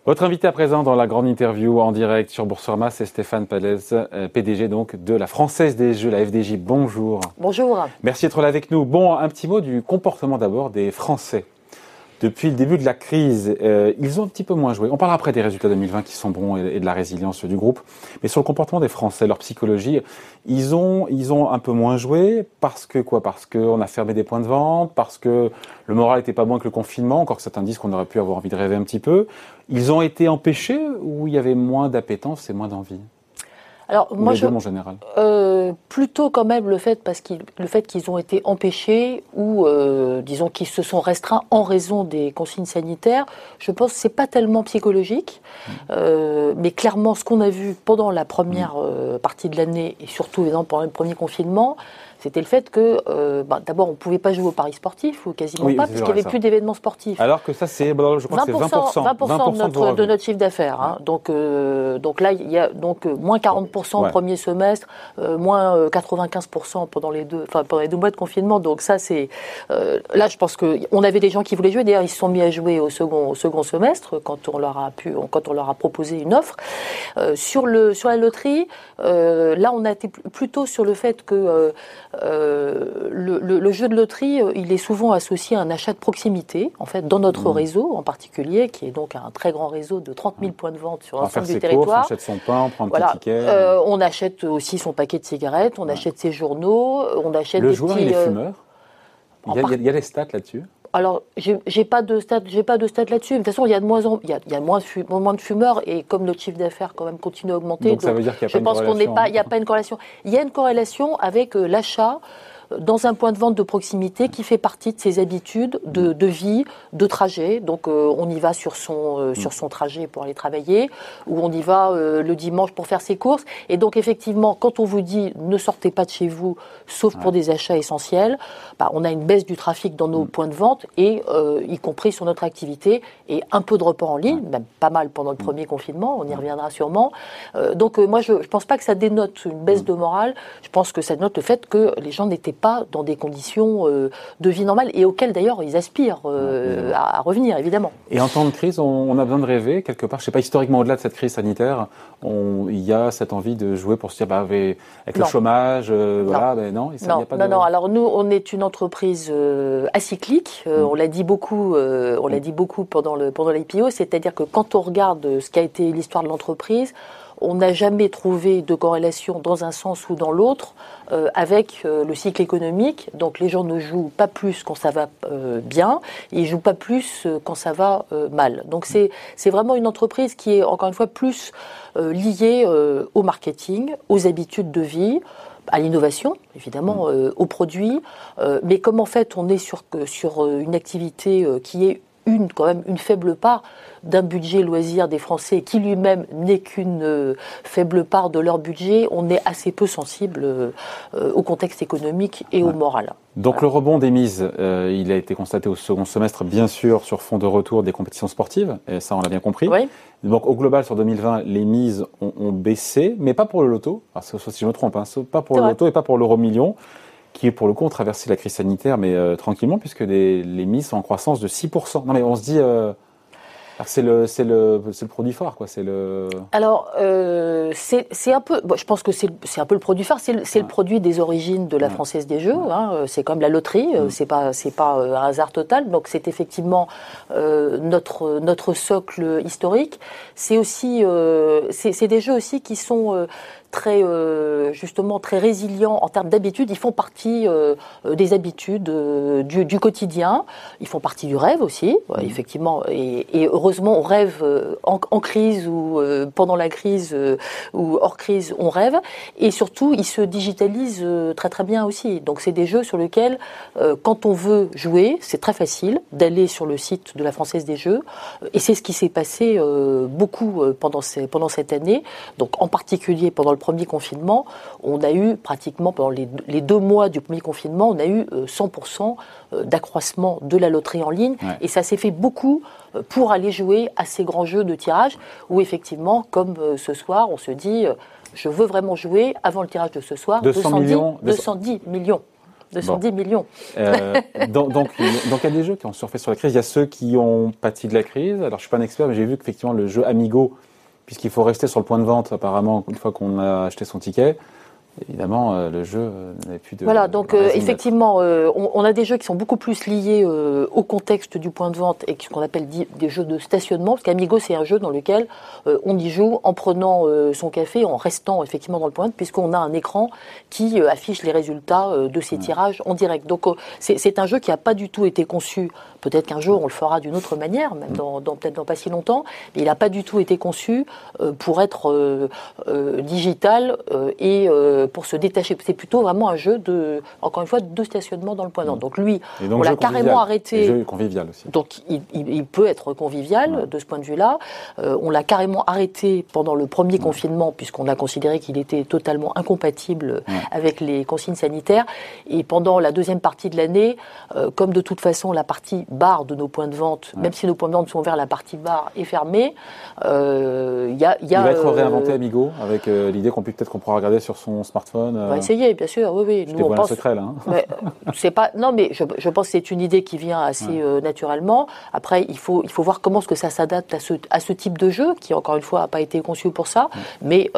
Votre invité à présent dans la grande interview en direct sur Boursorama, c'est Stéphane Pallez, PDG donc de la Française des Jeux, la FDJ. Bonjour. Bonjour. Merci d'être là avec nous. Bon, un petit mot du comportement d'abord des Français. Depuis le début de la crise, ils ont un petit peu moins joué. On parlera après des résultats 2020 qui sont bons et de la résilience du groupe. Mais sur le comportement des Français, leur psychologie, ils ont un peu moins joué parce que quoi ? Parce qu'on a fermé des points de vente, parce que le moral n'était pas bon avec le confinement, encore que certains disent qu'on aurait pu avoir envie de rêver un petit peu. Ils ont été empêchés ou il y avait moins d'appétence et moins d'envie ? Alors moi, mon général. Plutôt quand même le fait qu'ils ont été empêchés ou disons qu'ils se sont restreints en raison des consignes sanitaires. Je pense que c'est pas tellement psychologique, mais clairement ce qu'on a vu pendant la première partie de l'année et surtout évidemment pendant le premier confinement, c'était le fait que d'abord on pouvait pas jouer au paris sportif ou quasiment pas puisqu'il n'y avait plus d'événements sportifs. Alors que ça c'est, je crois que c'est 20% de notre chiffre d'affaires. Hein. Donc là il y a moins 40% au premier semestre, moins 95% pendant les deux mois de confinement. Donc ça c'est là je pense que on avait des gens qui voulaient jouer. D'ailleurs ils se sont mis à jouer au second semestre quand on leur a proposé une offre. Sur la loterie, là on a été plutôt sur le fait que le jeu de loterie, il est souvent associé à un achat de proximité, en fait, dans notre réseau en particulier, qui est donc un très grand réseau de 30 000 points de vente sur l'ensemble du territoire. On achète son pain, on prend un petit ticket. On achète aussi son paquet de cigarettes, on achète ses journaux, on achète des joueur, petits... il est fumeur. Il y a des stats là-dessus. Alors, j'ai pas de stats là-dessus. De toute façon, il y a moins de fumeurs et comme notre chiffre d'affaires quand même continue à augmenter. Donc ça veut dire qu'il y a pas une corrélation. Il n'y a pas une corrélation. Il y a une corrélation avec l'achat dans un point de vente de proximité qui fait partie de ses habitudes de vie, de trajet. Donc on y va sur son trajet pour aller travailler, ou on y va le dimanche pour faire ses courses. Et donc effectivement, quand on vous dit ne sortez pas de chez vous, sauf pour des achats essentiels, on a une baisse du trafic dans nos points de vente et y compris sur notre activité et un peu de report en ligne, même pas mal pendant le premier confinement. On y reviendra sûrement. Donc moi je pense pas que ça dénote une baisse de morale. Je pense que ça dénote le fait que les gens n'étaient pas dans des conditions de vie normale et auxquelles d'ailleurs ils aspirent à revenir évidemment. Et en temps de crise, on a besoin de rêver quelque part. Je sais pas, historiquement au-delà de cette crise sanitaire, il y a cette envie de jouer pour se dire avec le chômage, non. Alors nous on est une entreprise acyclique. On l'a dit beaucoup, pendant l'IPO, c'est-à-dire que quand on regarde ce qu'a été l'histoire de l'entreprise, on n'a jamais trouvé de corrélation dans un sens ou dans l'autre avec le cycle économique. Donc les gens ne jouent pas plus quand ça va bien, ils jouent pas plus quand ça va mal. Donc c'est vraiment une entreprise qui est encore une fois plus liée au marketing, aux habitudes de vie, à l'innovation, évidemment, aux produits. Mais comme en fait on est sur une activité qui est quand même une faible part d'un budget loisir des Français qui lui-même n'est qu'une faible part de leur budget, on est assez peu sensible au contexte économique et au moral. Donc le rebond des mises, il a été constaté au second semestre, bien sûr, sur fond de retour des compétitions sportives, et ça on l'a bien compris. Oui. Donc au global, sur 2020, les mises ont baissé, mais pas pour le loto, si je me trompe, pas pour le loto et pas pour l'euro-million, qui, pour le coup, ont traversé la crise sanitaire, mais tranquillement, puisque les mises sont en croissance de 6%. Non, mais on se dit... c'est le produit phare, quoi. Alors, c'est un peu... je pense que c'est un peu le produit phare. C'est le produit des origines de la Française des Jeux. Hein, c'est comme la loterie. C'est pas un hasard total. Donc, c'est effectivement notre socle historique. C'est aussi... c'est des jeux aussi qui sont... justement très résilients en termes d'habitudes. Ils font partie des habitudes du quotidien. Ils font partie du rêve aussi, effectivement. Et heureusement, on rêve en crise ou pendant la crise ou hors crise, on rêve. Et surtout, ils se digitalisent très très bien aussi. Donc, c'est des jeux sur lesquels, quand on veut jouer, c'est très facile d'aller sur le site de la Française des Jeux. Et c'est ce qui s'est passé beaucoup pendant cette année. Donc, en particulier pendant le premier confinement, on a eu pratiquement, pendant les 2 mois du premier confinement, on a eu 100% d'accroissement de la loterie en ligne. Ouais. Et ça s'est fait beaucoup pour aller jouer à ces grands jeux de tirage où effectivement, comme ce soir, on se dit je veux vraiment jouer avant le tirage de ce soir, 210 millions. 210 millions. Donc, il y a des jeux qui ont surfé sur la crise. Il y a ceux qui ont pâti de la crise. Alors, je suis pas un expert, mais j'ai vu qu'effectivement, le jeu Amigo, puisqu'il faut rester sur le point de vente, apparemment, une fois qu'on a acheté son ticket, évidemment, le jeu n'avait plus de... Voilà, donc effectivement, on a des jeux qui sont beaucoup plus liés au contexte du point de vente et ce qu'on appelle des jeux de stationnement, parce qu'Amigo, c'est un jeu dans lequel on y joue en prenant son café, en restant effectivement dans le point de vente, puisqu'on a un écran qui affiche les résultats de ces tirages en direct. Donc c'est un jeu qui n'a pas du tout été conçu, peut-être qu'un jour on le fera d'une autre manière, même peut-être dans pas si longtemps, mais il n'a pas du tout été conçu pour être digital et pour se détacher. C'est plutôt vraiment un jeu encore une fois, de stationnement dans le point de vente. Donc lui, on l'a carrément arrêté. Jeu convivial aussi. Donc il peut être convivial de ce point de vue-là. On l'a carrément arrêté pendant le premier confinement, puisqu'on a considéré qu'il était totalement incompatible avec les consignes sanitaires. Et pendant la deuxième partie de l'année, comme de toute façon la partie bar de nos points de vente, même si nos points de vente sont ouverts, la partie bar est fermée. Il va être réinventé Amigo, avec l'idée qu'on pourra regarder sur son smartphone. On va essayer, bien sûr, oui. Nous, on pense... secret, là. Mais, c'est pas... Non, mais je pense que c'est une idée qui vient assez naturellement. Après, il faut voir comment est-ce que ça s'adapte à ce type de jeu, qui, encore une fois, n'a pas été conçu pour ça. Mais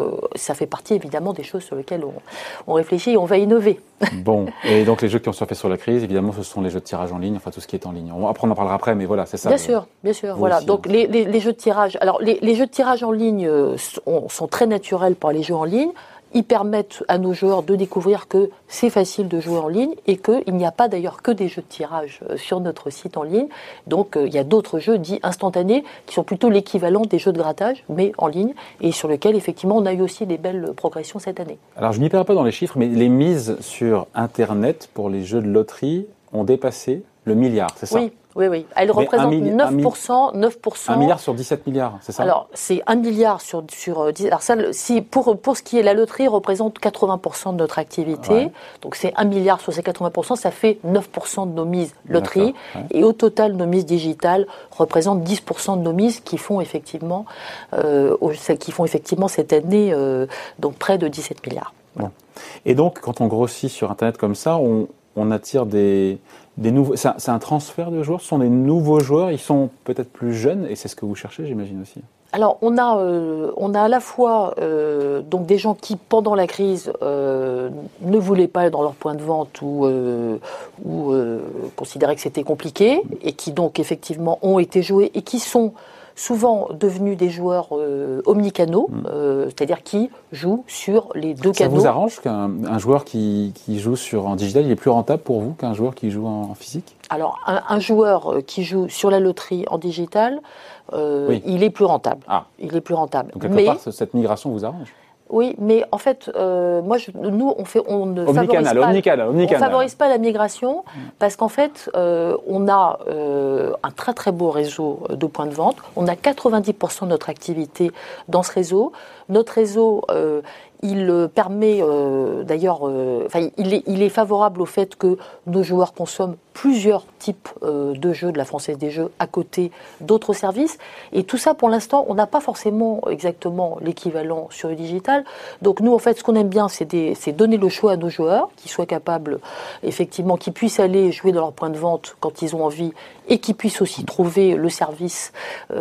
ça fait partie, évidemment, des choses sur lesquelles on réfléchit et on va innover. Bon, et donc les jeux qui ont surfé sur la crise, évidemment, ce sont les jeux de tirage en ligne, enfin tout ce qui est en ligne. Après, on en parlera après, mais voilà, c'est ça. Bien sûr, voilà. Aussi, donc les jeux de tirage... Alors, les jeux de tirage en ligne sont très naturels pour les jeux en ligne. Ils permettent à nos joueurs de découvrir que c'est facile de jouer en ligne et qu'il n'y a pas d'ailleurs que des jeux de tirage sur notre site en ligne. Donc il y a d'autres jeux dits instantanés qui sont plutôt l'équivalent des jeux de grattage, mais en ligne, et sur lesquels effectivement on a eu aussi des belles progressions cette année. Alors je n'y perds pas dans les chiffres, mais les mises sur Internet pour les jeux de loterie ont dépassé le milliard, c'est ça ? Oui. Elle représente 9%. 1 milliard sur 17 milliards, c'est ça ? Alors, c'est 1 milliard sur 10. Alors, ça, pour ce qui est la loterie, représente 80% de notre activité. Ouais. Donc, c'est 1 milliard sur ces 80%, ça fait 9% de nos mises loterie. Ouais. Et au total, nos mises digitales représentent 10% de nos mises qui font effectivement cette année donc près de 17 milliards. Voilà. Bon. Et donc, quand on grossit sur Internet comme ça, on attire des nouveaux. C'est un transfert de joueurs. Ce sont des nouveaux joueurs. Ils sont peut-être plus jeunes, et c'est ce que vous cherchez, j'imagine aussi. Alors, on a à la fois donc des gens qui, pendant la crise, ne voulaient pas être dans leur point de vente ou considéraient que c'était compliqué, et qui donc effectivement ont été joués et qui sont souvent devenus des joueurs omnicanaux, c'est-à-dire qui jouent sur les deux canaux. Ça vous arrange qu'un joueur qui joue en digital, il est plus rentable pour vous qu'un joueur qui joue en physique ? Alors, un joueur qui joue sur la loterie en digital, il est plus rentable. Ah. Il est plus rentable. Donc, quelque part, cette migration vous arrange ? Oui, mais en fait, nous, on ne favorise pas la migration parce qu'en fait, on a un très très beau réseau de points de vente. On a 90% de notre activité dans ce réseau. Notre réseau, il permet d'ailleurs, il est favorable au fait que nos joueurs consomment plusieurs types de jeux de la Française des Jeux à côté d'autres services. Et tout ça, pour l'instant, on n'a pas forcément exactement l'équivalent sur le digital. Donc nous, en fait, ce qu'on aime bien, c'est donner le choix à nos joueurs, qui soient capables, effectivement, qui puissent aller jouer dans leur point de vente quand ils ont envie, et qui puissent aussi trouver le service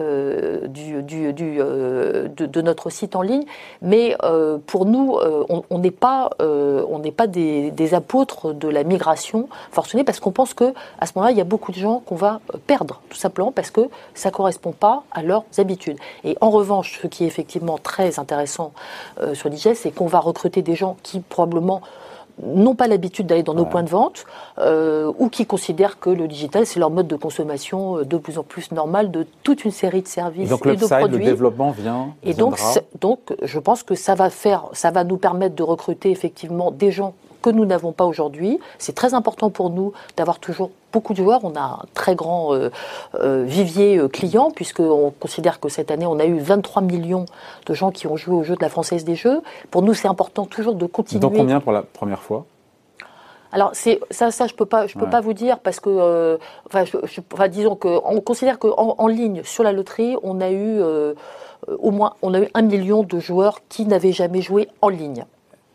de notre site en ligne. Mais pour nous, on n'est pas des apôtres de la migration forcenée, parce qu'on pense que à ce moment-là, il y a beaucoup de gens qu'on va perdre, tout simplement parce que ça ne correspond pas à leurs habitudes. Et en revanche, ce qui est effectivement très intéressant sur Digest, c'est qu'on va recruter des gens qui probablement n'ont pas l'habitude d'aller dans nos points de vente ou qui considèrent que le digital, c'est leur mode de consommation de plus en plus normal de toute une série de services et de produits. Donc le développement viendra. Et donc, je pense que ça va nous permettre de recruter effectivement des gens que nous n'avons pas aujourd'hui. C'est très important pour nous d'avoir toujours beaucoup de joueurs. On a un très grand vivier client, puisqu'on considère que cette année, on a eu 23 millions de gens qui ont joué au jeu de la Française des Jeux. Pour nous, c'est important toujours de continuer. Donc combien pour la première fois ? Alors ça je peux pas vous dire, parce que disons que on considère qu'en ligne sur la loterie, on a eu 1 million de joueurs qui n'avaient jamais joué en ligne.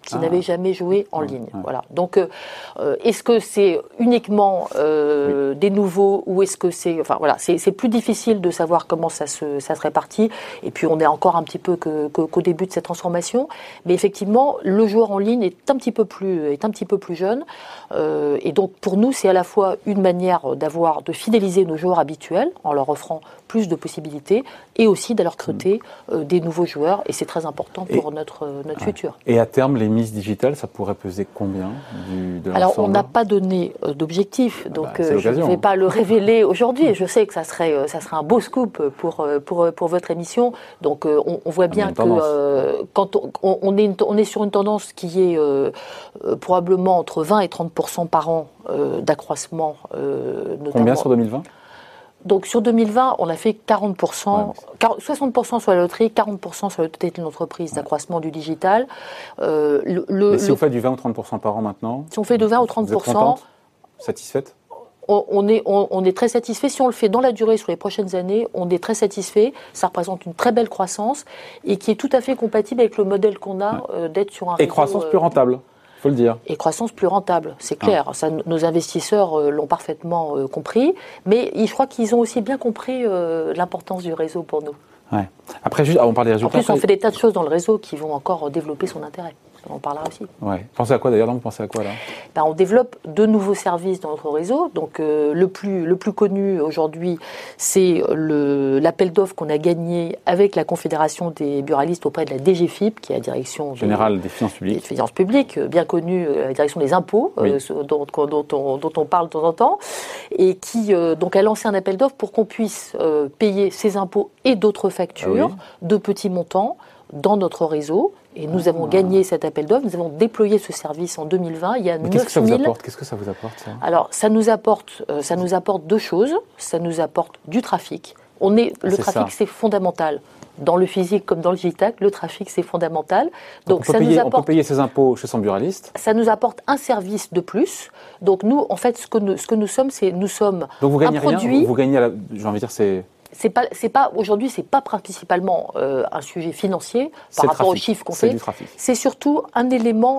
qui n'avaient jamais joué en ligne. Voilà. Donc, est-ce que c'est uniquement des nouveaux ou est-ce que c'est... Enfin, voilà, c'est plus difficile de savoir comment ça se répartit. Et puis, on est encore un petit peu qu'au début de cette transformation. Mais effectivement, le joueur en ligne est un petit peu plus jeune. Et donc, pour nous, c'est à la fois une manière de fidéliser nos joueurs habituels en leur offrant plus de possibilités et aussi d'aller recruter des nouveaux joueurs. Et c'est très important pour notre futur. Et à terme, les mises digitales, ça pourrait peser combien de l'ensemble ? Alors, on n'a pas donné d'objectif, donc je ne vais pas le révéler aujourd'hui. Je sais que ça serait un beau scoop pour votre émission. Donc, on voit bien que quand on est sur une tendance qui est probablement entre 20 et 30% par an d'accroissement. Combien sur 2020 ? Donc sur 2020, on a fait 40%, 60% sur la loterie, 40% sur le totalité de l'entreprise d'accroissement du digital. Mais si on fait du 20 ou 30% par an maintenant, si on fait de 20 ou 30%, vous êtes contente ? Satisfaite ? On est très satisfait. Si on le fait dans la durée sur les prochaines années, on est très satisfait. Ça représente une très belle croissance et qui est tout à fait compatible avec le modèle qu'on a d'être sur un réseau. Et croissance plus rentable. Faut le dire. Et croissance plus rentable, c'est clair. Ça, nos investisseurs l'ont parfaitement compris, mais je crois qu'ils ont aussi bien compris l'importance du réseau pour nous. Ouais. Après, juste, on parle des résultats. En plus, on fait des tas de choses dans le réseau qui vont encore développer son intérêt. On en parlera aussi. Ouais. Pensez à quoi d'ailleurs? Vous pensez à quoi là? On développe de nouveaux services dans notre réseau. Donc le plus connu aujourd'hui, c'est l'appel d'offres qu'on a gagné avec la Confédération des buralistes auprès de la DGFiP, qui est la direction générale des finances publiques. Des finances publiques, bien connue, la direction des impôts, dont on parle de temps en temps, et qui donc a lancé un appel d'offres pour qu'on puisse payer ses impôts et d'autres factures de petits montants dans notre réseau. Et nous avons gagné cet appel d'offres, nous avons déployé ce service en 2020. Il y a 9 000... Qu'est-ce que ça vous apporte ça? Alors, ça nous apporte deux choses. Ça nous apporte du trafic. Le trafic, c'est fondamental. Dans le physique comme dans le digital, le trafic, c'est fondamental. Donc on peut payer ses impôts chez son buraliste. Ça nous apporte un service de plus. Donc nous, en fait, ce que nous sommes, Donc vous gagnez un produit... Rien, vous gagnez, j'ai envie de dire, Aujourd'hui, c'est pas principalement un sujet financier par rapport aux chiffres qu'on fait. C'est surtout un élément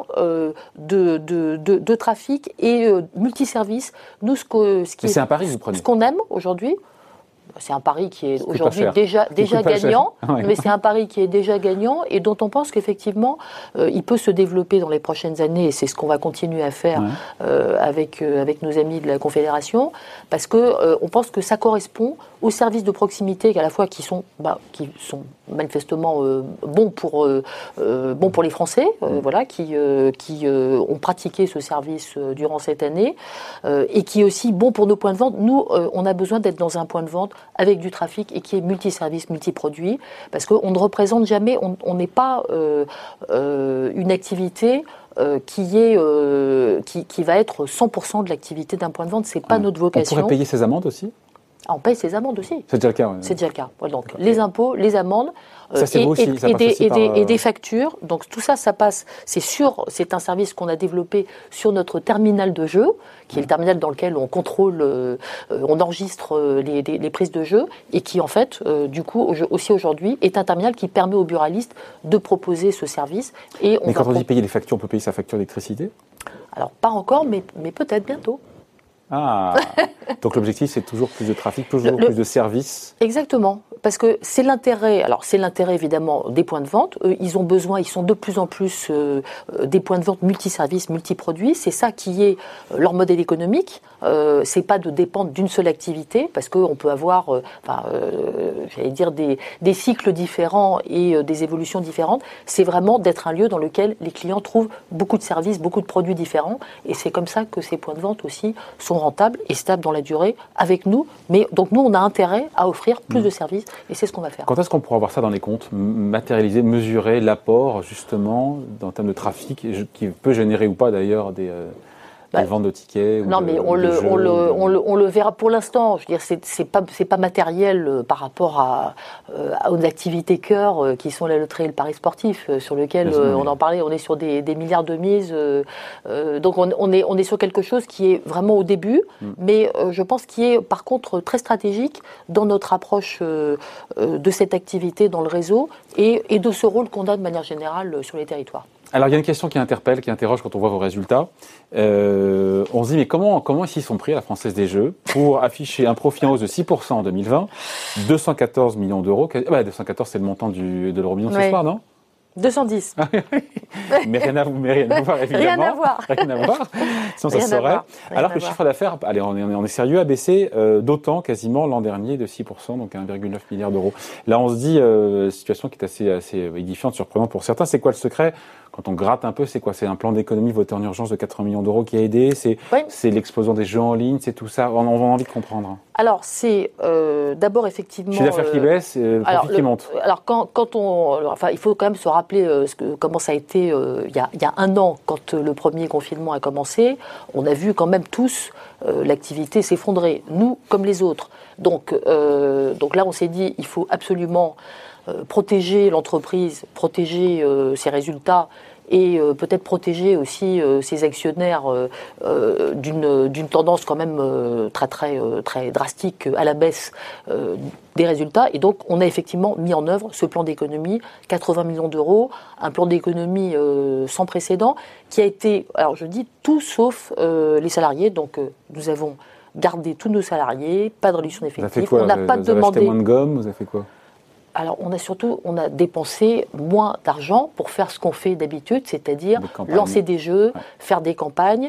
de trafic et multiservice. Nous, c'est un pari que vous prenez. Ce qu'on aime aujourd'hui. C'est un pari qui est aujourd'hui déjà gagnant, mais c'est un pari qui est déjà gagnant et dont on pense qu'effectivement, il peut se développer dans les prochaines années et c'est ce qu'on va continuer à faire avec nos amis de la Confédération, parce que on pense que ça correspond aux services de proximité à la fois qui sont manifestement bons pour les Français, qui ont pratiqué ce service durant cette année et qui est aussi bon pour nos points de vente. Nous, on a besoin d'être dans un point de vente avec du trafic et qui est multiservice, multiproduit, parce qu'on ne représente jamais, on n'est pas une activité qui va être 100% de l'activité d'un point de vente, c'est pas notre vocation. On pourrait payer ses amendes aussi? On paye ses amendes aussi. C'est déjà le cas. C'est déjà le cas. Donc les impôts, les amendes et des factures. Donc tout ça passe. C'est un service qu'on a développé sur notre terminal de jeu, qui est le terminal dans lequel on contrôle, on enregistre les prises de jeu et qui en fait, du coup, aussi aujourd'hui, est un terminal qui permet aux buralistes de proposer ce service. Mais quand on dit payer les factures, on peut payer sa facture d'électricité? Alors pas encore, mais peut-être bientôt. Donc l'objectif, c'est toujours plus de trafic, toujours plus de services. Exactement, parce que c'est l'intérêt. Alors c'est l'intérêt évidemment des points de vente. Ils sont de plus en plus des points de vente multiservices, multiproduits. C'est ça qui est leur modèle économique. C'est pas de dépendre d'une seule activité, parce qu'on peut avoir, j'allais dire des cycles différents et des évolutions différentes. C'est vraiment d'être un lieu dans lequel les clients trouvent beaucoup de services, beaucoup de produits différents. Et c'est comme ça que ces points de vente aussi sont rentables et stables dans la durée avec nous. Mais donc nous, on a intérêt à offrir plus de services et c'est ce qu'on va faire. Quand est-ce qu'on pourra voir ça dans les comptes, matérialiser, mesurer l'apport justement en termes de trafic qui peut générer ou pas d'ailleurs des ventes de tickets? Non, mais on le verra pour l'instant. Je veux dire, c'est pas matériel par rapport aux activités cœur qui sont la loterie et le pari sportif, sur lequel on en parlait. On est sur des milliards de mises. Donc on est sur quelque chose qui est vraiment au début, mais je pense qu'il est par contre très stratégique dans notre approche de cette activité dans le réseau et de ce rôle qu'on a de manière générale sur les territoires. Alors, il y a une question qui interpelle, qui interroge quand on voit vos résultats. On se dit, mais comment ils s'y sont pris à la Française des Jeux pour afficher un profit en hausse de 6% en 2020, 214 millions d'euros. 214, c'est le montant de l'Euromillions ce soir, non ? 210. mais rien à voir, évidemment. Rien à voir. Sinon, ça se saurait. Alors que le chiffre d'affaires, allez, on est sérieux, a baissé d'autant quasiment l'an dernier de 6%, donc 1,9 milliard d'euros. Là, on se dit, situation qui est assez édifiante, surprenante pour certains. C'est quoi le secret ? Quand on gratte un peu, c'est quoi ? C'est un plan d'économie voté en urgence de 80 millions d'euros qui a aidé ? C'est l'explosion des jeux en ligne, c'est tout ça ? On a envie de comprendre. Alors, c'est d'abord effectivement... Chiffre d'affaires qui baisse, profit qui monte. Alors, il faut quand même se rappeler comment ça a été il y a un an, quand le premier confinement a commencé. On a vu quand même tous l'activité s'effondrer, nous comme les autres. Donc là, on s'est dit, il faut absolument protéger l'entreprise, protéger ses résultats et peut-être protéger aussi ses actionnaires d'une tendance quand même très drastique à la baisse des résultats. Et donc, on a effectivement mis en œuvre ce plan d'économie, 80 millions d'euros, un plan d'économie sans précédent, qui a été, alors je dis tout sauf les salariés. Donc, nous avons gardé tous nos salariés, pas de réduction d'effectifs. Vous avez fait quoi ? On n'a pas demandé. Vous avez acheté moins de gomme ? Vous avez fait quoi ? Alors, on a dépensé moins d'argent pour faire ce qu'on fait d'habitude, c'est-à-dire lancer des jeux, faire des campagnes,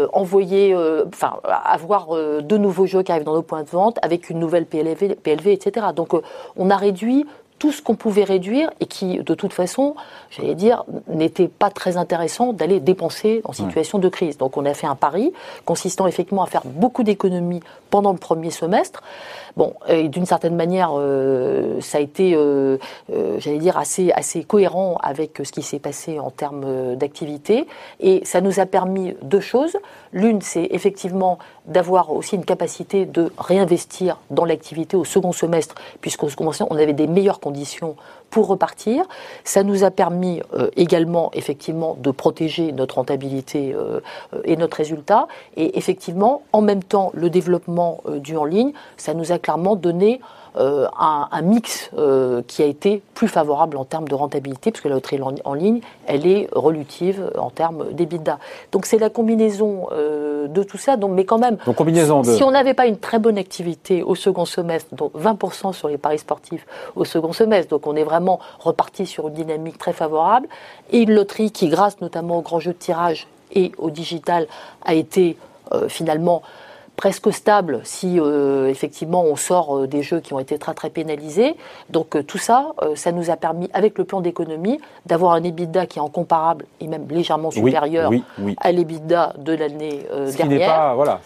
avoir de nouveaux jeux qui arrivent dans nos points de vente avec une nouvelle PLV, etc. Donc, on a réduit tout ce qu'on pouvait réduire et qui, de toute façon, j'allais dire, n'était pas très intéressant d'aller dépenser en situation de crise. Donc, on a fait un pari consistant effectivement à faire beaucoup d'économies pendant le premier semestre. Bon, et d'une certaine manière, ça a été, j'allais dire, assez cohérent avec ce qui s'est passé en termes d'activité. Et ça nous a permis deux choses. L'une, c'est effectivement d'avoir aussi une capacité de réinvestir dans l'activité au second semestre, puisqu'au second semestre, on avait des meilleures conditions pour repartir. Ça nous a permis également, effectivement, de protéger notre rentabilité et notre résultat. Et effectivement, en même temps, le développement du en ligne, ça nous a clairement donné un mix qui a été plus favorable en termes de rentabilité, puisque la loterie en ligne, elle est relutive en termes d'EBITDA. Donc c'est la combinaison de tout ça. Donc, mais quand même, si on n'avait pas une très bonne activité au second semestre, donc 20% sur les paris sportifs au second semestre, donc on est vraiment reparti sur une dynamique très favorable, et une loterie qui, grâce notamment aux grands jeux de tirage et au digital, a été finalement presque stable si effectivement on sort des jeux qui ont été très très pénalisés. Donc tout ça, ça nous a permis, avec le plan d'économie, d'avoir un EBITDA qui est en comparable et même légèrement supérieur à l'EBITDA de l'année dernière.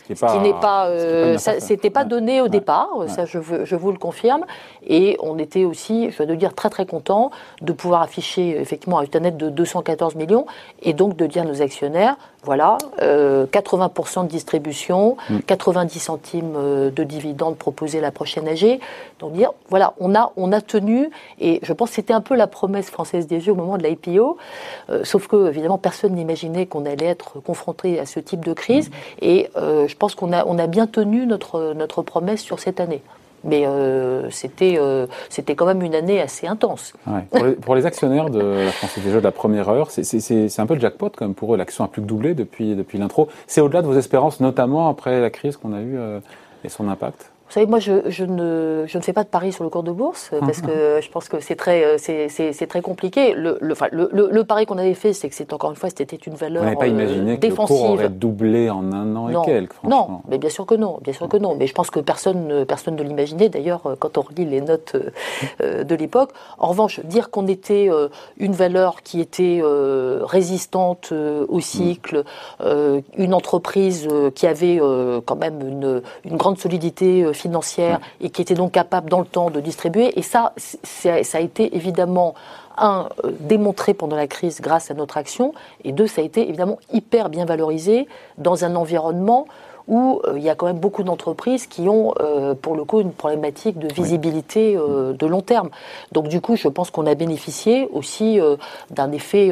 C'était pas donné au départ, ça je vous le confirme. Et on était aussi, je dois le dire, très très contents de pouvoir afficher effectivement un résultat net de 214 millions et donc de dire à nos actionnaires, voilà, 80% de distribution, 90 centimes de dividendes proposés la prochaine AG. Donc dire, voilà, on a tenu, et je pense que c'était un peu la promesse Française des Jeux au moment de l'IPO, sauf que évidemment personne n'imaginait qu'on allait être confronté à ce type de crise, et je pense qu'on a bien tenu notre promesse sur cette année. Mais c'était quand même une année assez intense. Ouais. Pour les actionnaires de la Française des Jeux de la première heure, c'est un peu le jackpot quand même pour eux. L'action a plus que doublé depuis l'intro. C'est au-delà de vos espérances, notamment après la crise qu'on a eue et son impact. Vous savez, moi, je ne fais pas de paris sur le cours de bourse parce que je pense que c'est très compliqué. Le pari qu'on avait fait, c'est que encore une fois, c'était une valeur défensive. On n'avait pas imaginé que le cours aurait doublé en un an et quelques, franchement. Non, mais bien sûr que non. Mais je pense que personne ne l'imaginait. D'ailleurs, quand on relit les notes de l'époque. En revanche, dire qu'on était une valeur qui était résistante au cycle, une entreprise qui avait quand même une grande solidité financière et qui était donc capable dans le temps de distribuer. Et ça a été évidemment démontré pendant la crise grâce à notre action, et deux, ça a été évidemment hyper bien valorisé dans un environnement où il y a quand même beaucoup d'entreprises qui ont, pour le coup, une problématique de visibilité de long terme. Donc du coup, je pense qu'on a bénéficié aussi d'un effet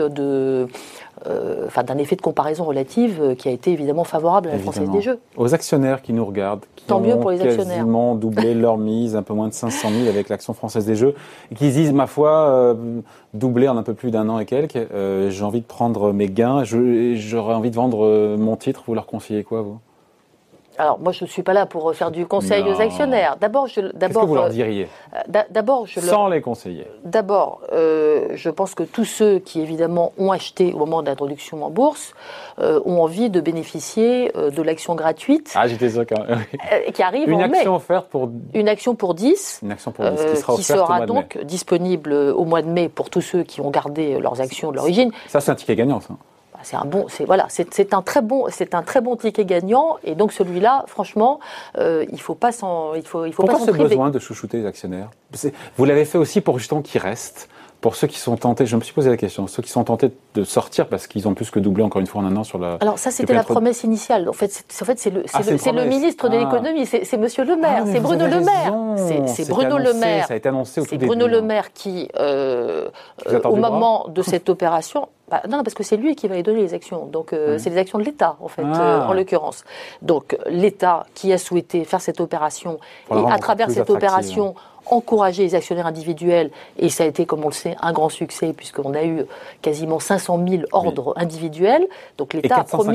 d'un effet de comparaison relative qui a été évidemment favorable à la Française des Jeux. Aux actionnaires qui nous regardent, qui Tant mieux pour les quasiment doublé leur mise, un peu moins de 500 000 avec l'action Française des Jeux, et qui disent, ma foi, doublé en un peu plus d'un an et quelques, j'ai envie de prendre mes gains, j'aurais envie de vendre mon titre, vous leur conseillez quoi, vous ? Alors, moi, je ne suis pas là pour faire du conseil aux actionnaires. Qu'est-ce que vous leur diriez ? Sans les conseiller. D'abord, je pense que tous ceux qui, évidemment, ont acheté au moment de l'introduction en bourse ont envie de bénéficier de l'action gratuite. Ah, j'étais sûr qui arrive en mai. Une action offerte pour... Une action pour 10. Une action pour 10 qui sera donc disponible au mois de mai pour tous ceux qui ont gardé leurs actions de l'origine. Ça, c'est un ticket gagnant, ça. C'est un très bon ticket gagnant, et donc celui-là, franchement, il faut pas s'en priver. Pourquoi ce besoin de chouchouter les actionnaires ? Vous l'avez fait aussi pour justement qu'ils restent. Pour ceux qui sont tentés, je me suis posé la question, ceux qui sont tentés de sortir parce qu'ils ont plus que doublé encore une fois en un an sur la... Alors ça, c'était la promesse initiale. En fait, c'est le ministre de l'économie, c'est Monsieur Le Maire, c'est Bruno Le Maire. C'est Bruno Le Maire. Ça a été annoncé au tout début. C'est Bruno Le Maire qui, au moment de cette opération... non, parce que c'est lui qui va y donner les actions. Donc, c'est les actions de l'État, en fait, en l'occurrence. Donc, l'État qui a souhaité faire cette opération, et à travers cette opération, encourager les actionnaires individuels, et ça a été, comme on le sait, un grand succès, puisqu'on a eu quasiment 500 000 ordres individuels. Donc, l'État a promis...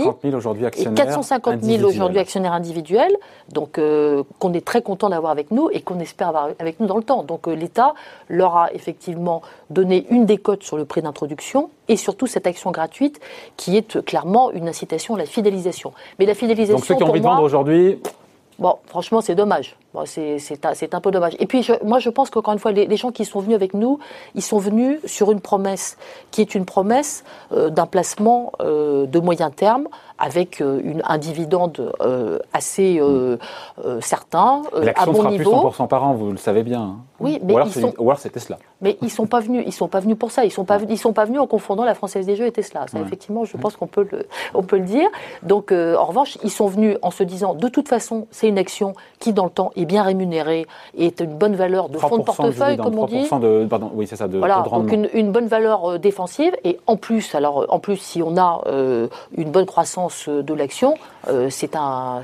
450 000 aujourd'hui actionnaires individuels, donc qu'on est très content d'avoir avec nous, et qu'on espère avoir avec nous dans le temps. Donc, l'État leur a effectivement donné une décote sur le prix d'introduction, et surtout cette action gratuite qui est clairement une incitation à la fidélisation. Mais la fidélisation, donc ceux qui ont envie de vendre aujourd'hui... Bon, franchement, c'est dommage. Bon, c'est un peu dommage. Et puis, moi, je pense qu'encore une fois, les gens qui sont venus avec nous, ils sont venus sur une promesse qui est une promesse d'un placement de moyen terme avec un dividende assez certain, à bon niveau. L'action fera plus 100% par an, vous le savez bien. Hein. Oui, mais ou alors c'est Tesla. Mais ils sont pas venus pour ça. Ils sont pas venus en confondant la Française des Jeux et Tesla. Ça, effectivement, je pense qu'on peut le dire. Donc, en revanche, ils sont venus en se disant, de toute façon, c'est une action qui, dans le temps, est bien rémunérée et est une bonne valeur de fonds de portefeuille, comme on dit. Oui, c'est ça, de voilà, rendement. donc une bonne valeur défensive. Et en plus, si on a une bonne croissance de l'action, c'est un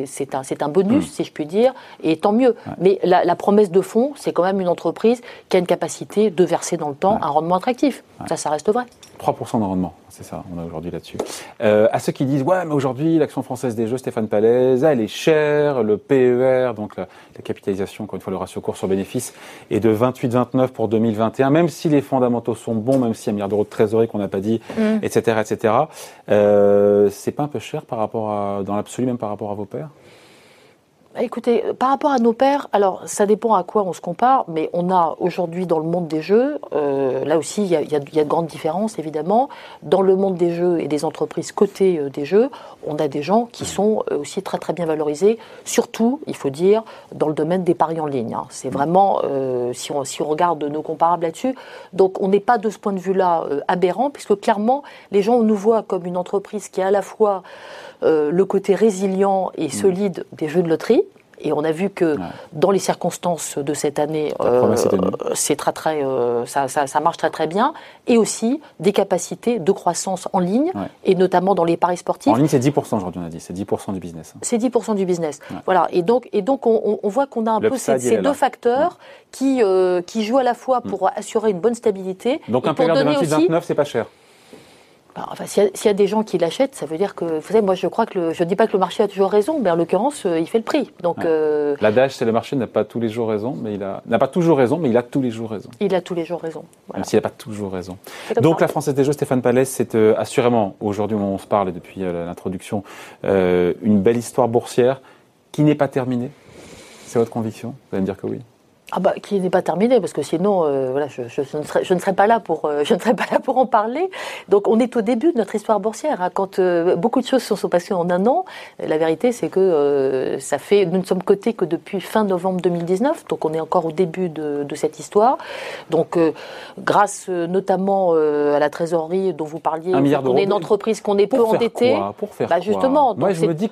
bonus, si je puis dire, et tant mieux. Ouais. Mais la promesse de fonds, c'est quand même une entreprise qui a une capacité de verser dans le temps un rendement attractif. Ouais. Ça reste vrai. 3% de rendement, c'est ça, on a aujourd'hui là-dessus. À ceux qui disent, ouais, mais aujourd'hui, l'action Française des Jeux, Stéphane Pallez, elle est chère, le PER, donc la capitalisation, encore une fois, le ratio cours sur bénéfice, est de 28-29 pour 2021, même si les fondamentaux sont bons, même s'il y a 1 milliard d'euros de trésorerie qu'on n'a pas dit, etc., etc. C'est pas un peu cher par rapport dans l'absolu, même par rapport à vos pairs ? Écoutez, par rapport à nos pairs, alors ça dépend à quoi on se compare, mais on a aujourd'hui dans le monde des jeux, là aussi il y a de grandes différences évidemment. Dans le monde des jeux et des entreprises cotées des jeux, on a des gens qui sont aussi très très bien valorisés, surtout, il faut dire, dans le domaine des paris en ligne. Hein. C'est vraiment, si on regarde nos comparables là-dessus, donc on n'est pas de ce point de vue-là aberrant, puisque clairement les gens nous voient comme une entreprise qui a à la fois le côté résilient et solide des jeux de loterie. Et on a vu que dans les circonstances de cette année, c'est ça marche très très bien. Et aussi des capacités de croissance en ligne, et notamment dans les paris sportifs. En ligne, c'est 10% aujourd'hui, on a dit. C'est 10% du business. C'est 10% du business. Ouais. Voilà. Et donc on voit qu'on a un peu ces deux facteurs qui jouent à la fois pour assurer une bonne stabilité. Donc un PER de 28-29, c'est pas cher. Enfin, s'il y a des gens qui l'achètent, ça veut dire que, vous savez, moi je crois que je ne dis pas que le marché a toujours raison, mais en l'occurrence, il fait le prix. Donc, l'adage, c'est le marché n'a pas tous les jours raison, mais n'a pas toujours raison, mais il a tous les jours raison. Il a tous les jours raison. Voilà. Même s'il n'a pas toujours raison. Donc la Française des Jeux, Stéphane Pallez, c'est assurément, aujourd'hui où on se parle et depuis l'introduction, une belle histoire boursière qui n'est pas terminée. C'est votre conviction ? Vous allez me dire que oui. Ah bah, qui n'est pas terminé, parce que sinon, voilà, je ne serais pas là pour en parler. Donc, on est au début de notre histoire boursière. Hein. Quand beaucoup de choses se sont passées en un an, la vérité, c'est que nous ne sommes cotés que depuis fin novembre 2019. Donc, on est encore au début de cette histoire. Donc, grâce notamment à la trésorerie dont vous parliez, $1 milliard on est une entreprise qu'on est peu endettée. Pour faire quoi ? Justement. Moi, je me dis que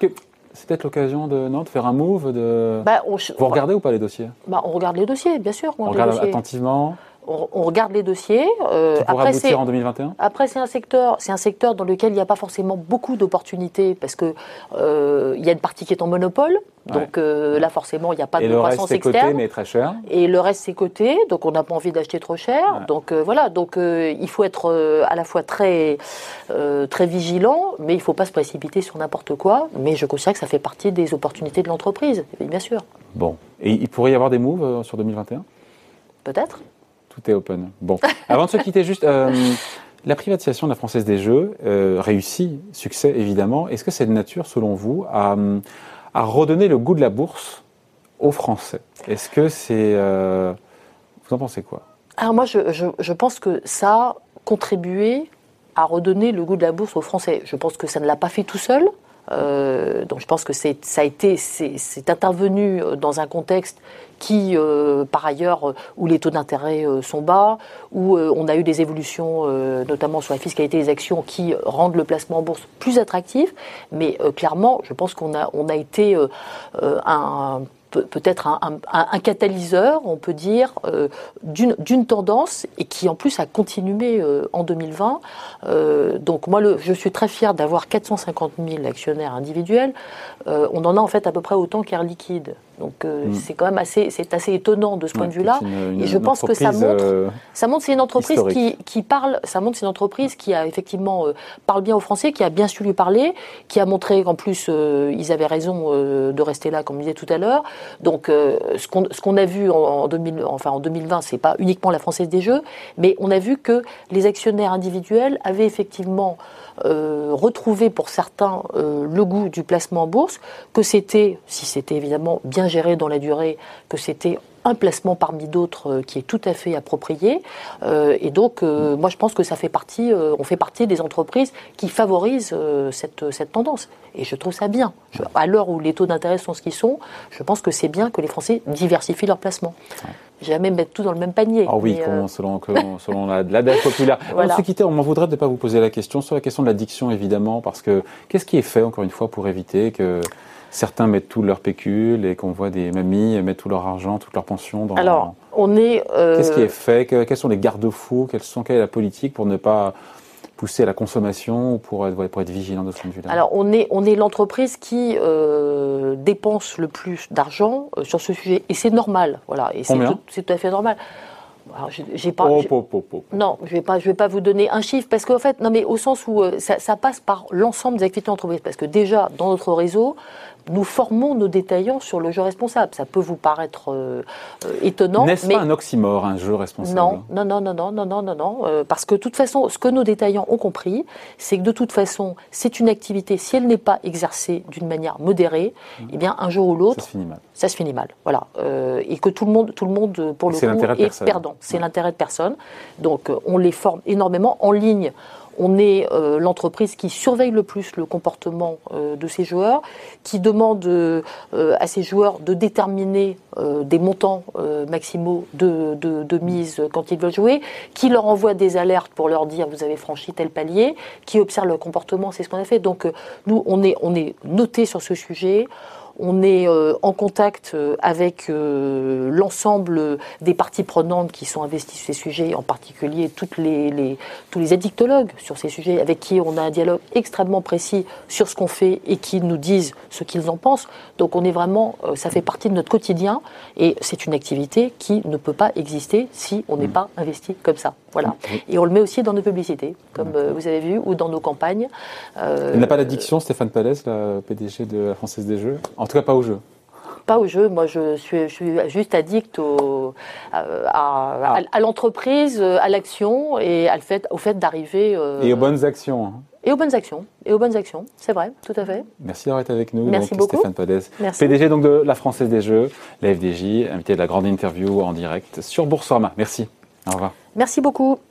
c'est peut-être l'occasion de faire un move Vous regardez ou pas les dossiers? On regarde les dossiers, bien sûr. On regarde attentivement. On regarde les dossiers. Qui pourrait aboutir en 2021? Après, c'est un secteur dans lequel il n'y a pas forcément beaucoup d'opportunités parce que il y a une partie qui est en monopole. Donc là, forcément, il n'y a pas de croissance externe. Et le reste, c'est coté, mais très cher. Et le reste, c'est coté, donc on n'a pas envie d'acheter trop cher. Ouais. Donc voilà, il faut être à la fois très vigilant, mais il ne faut pas se précipiter sur n'importe quoi. Mais je considère que ça fait partie des opportunités de l'entreprise, bien sûr. Bon. Et il pourrait y avoir des moves sur 2021? Peut-être. Tout est open. Bon. Avant de se quitter, juste, la privatisation de la Française des Jeux réussit, succès évidemment. Est-ce que c'est de nature, selon vous, à redonner le goût de la bourse aux Français? Est-ce que c'est... vous en pensez quoi? Alors moi, je pense que ça a contribué à redonner le goût de la bourse aux Français. Je pense que ça ne l'a pas fait tout seul. Donc je pense que c'est intervenu dans un contexte qui, par ailleurs, où les taux d'intérêt sont bas, où on a eu des évolutions, notamment sur la fiscalité des actions, qui rendent le placement en bourse plus attractif. Mais clairement, je pense qu'on a été peut-être un catalyseur, on peut dire, d'une tendance et qui en plus a continué en 2020. Donc moi, je suis très fière d'avoir 450 000 actionnaires individuels. On en a en fait à peu près autant qu'Air Liquide. Donc c'est quand même assez étonnant de ce point de vue-là. Et je pense que ça montre c'est une entreprise qui parle, ça montre c'est une entreprise qui a effectivement parle bien aux Français, qui a bien su lui parler, qui a montré qu'en plus ils avaient raison de rester là, comme je disais tout à l'heure. Donc ce qu'on a vu en 2020, c'est pas uniquement la Française des Jeux, mais on a vu que les actionnaires individuels avaient effectivement retrouvé pour certains le goût du placement en bourse, que c'était, si c'était évidemment bien géré dans la durée, que c'était un placement parmi d'autres qui est tout à fait approprié. Et donc, moi, je pense que on fait partie des entreprises qui favorisent cette tendance. Et je trouve ça bien. À l'heure où les taux d'intérêt sont ce qu'ils sont, je pense que c'est bien que les Français diversifient leurs placements. Jamais mettre tout dans le même panier. Ah oui, selon l'adage populaire. Voilà. Avant de se quitter, on m'en voudrait de ne pas vous poser la question sur la question de l'addiction, évidemment, parce que qu'est-ce qui est fait, encore une fois, pour éviter que certains mettent tout leur pécule et qu'on voit des mamies mettre tout leur argent, toute leur pension dans... Alors, Qu'est-ce qui est fait? Quels sont les garde-fous? Quelle est la politique pour ne pas pousser à la consommation ou pour être vigilant de ce point de vue-là? Alors, on est l'entreprise qui dépense le plus d'argent sur ce sujet. Et c'est normal. Voilà. Et c'est tout à fait normal. Alors, non, je vais pas vous donner un chiffre parce qu'en fait, non, mais au sens où ça passe par l'ensemble des activités d'entreprise. Parce que déjà, dans notre réseau, nous formons nos détaillants sur le jeu responsable. Ça peut vous paraître étonnant. N'est-ce pas un oxymore, un jeu responsable? Non. Parce que de toute façon, ce que nos détaillants ont compris, c'est que de toute façon, c'est une activité, si elle n'est pas exercée d'une manière modérée, eh bien, un jour ou l'autre, ça se finit mal. Voilà. Et que tout le monde, pour le coup, est perdant. C'est l'intérêt de personne. Donc, on les forme énormément en ligne. On est l'entreprise qui surveille le plus le comportement de ses joueurs, qui demande à ses joueurs de déterminer des montants maximaux de mise quand ils veulent jouer, qui leur envoie des alertes pour leur dire vous avez franchi tel palier, qui observe le comportement, c'est ce qu'on a fait. Donc nous, on est noté sur ce sujet. On est en contact avec l'ensemble des parties prenantes qui sont investies sur ces sujets, en particulier tous les addictologues sur ces sujets, avec qui on a un dialogue extrêmement précis sur ce qu'on fait et qui nous disent ce qu'ils en pensent. Donc on est vraiment, ça fait partie de notre quotidien et c'est une activité qui ne peut pas exister si on n'est pas investi comme ça. Voilà. Et on le met aussi dans nos publicités, comme vous avez vu, ou dans nos campagnes. Il n'a pas d'addiction, Stéphane Pallez, la PDG de la Française des Jeux? En tout cas, pas au jeu. Pas au jeu. Moi, je suis juste addict à l'entreprise, à l'action et au fait d'arriver. Et aux bonnes actions. Hein. Et aux bonnes actions, c'est vrai, tout à fait. Merci d'avoir été avec nous. Merci beaucoup. Stéphane Pallez, PDG donc de la Française des Jeux, la FDJ, invité de la grande interview en direct sur Boursorama. Merci. Au revoir. Merci beaucoup.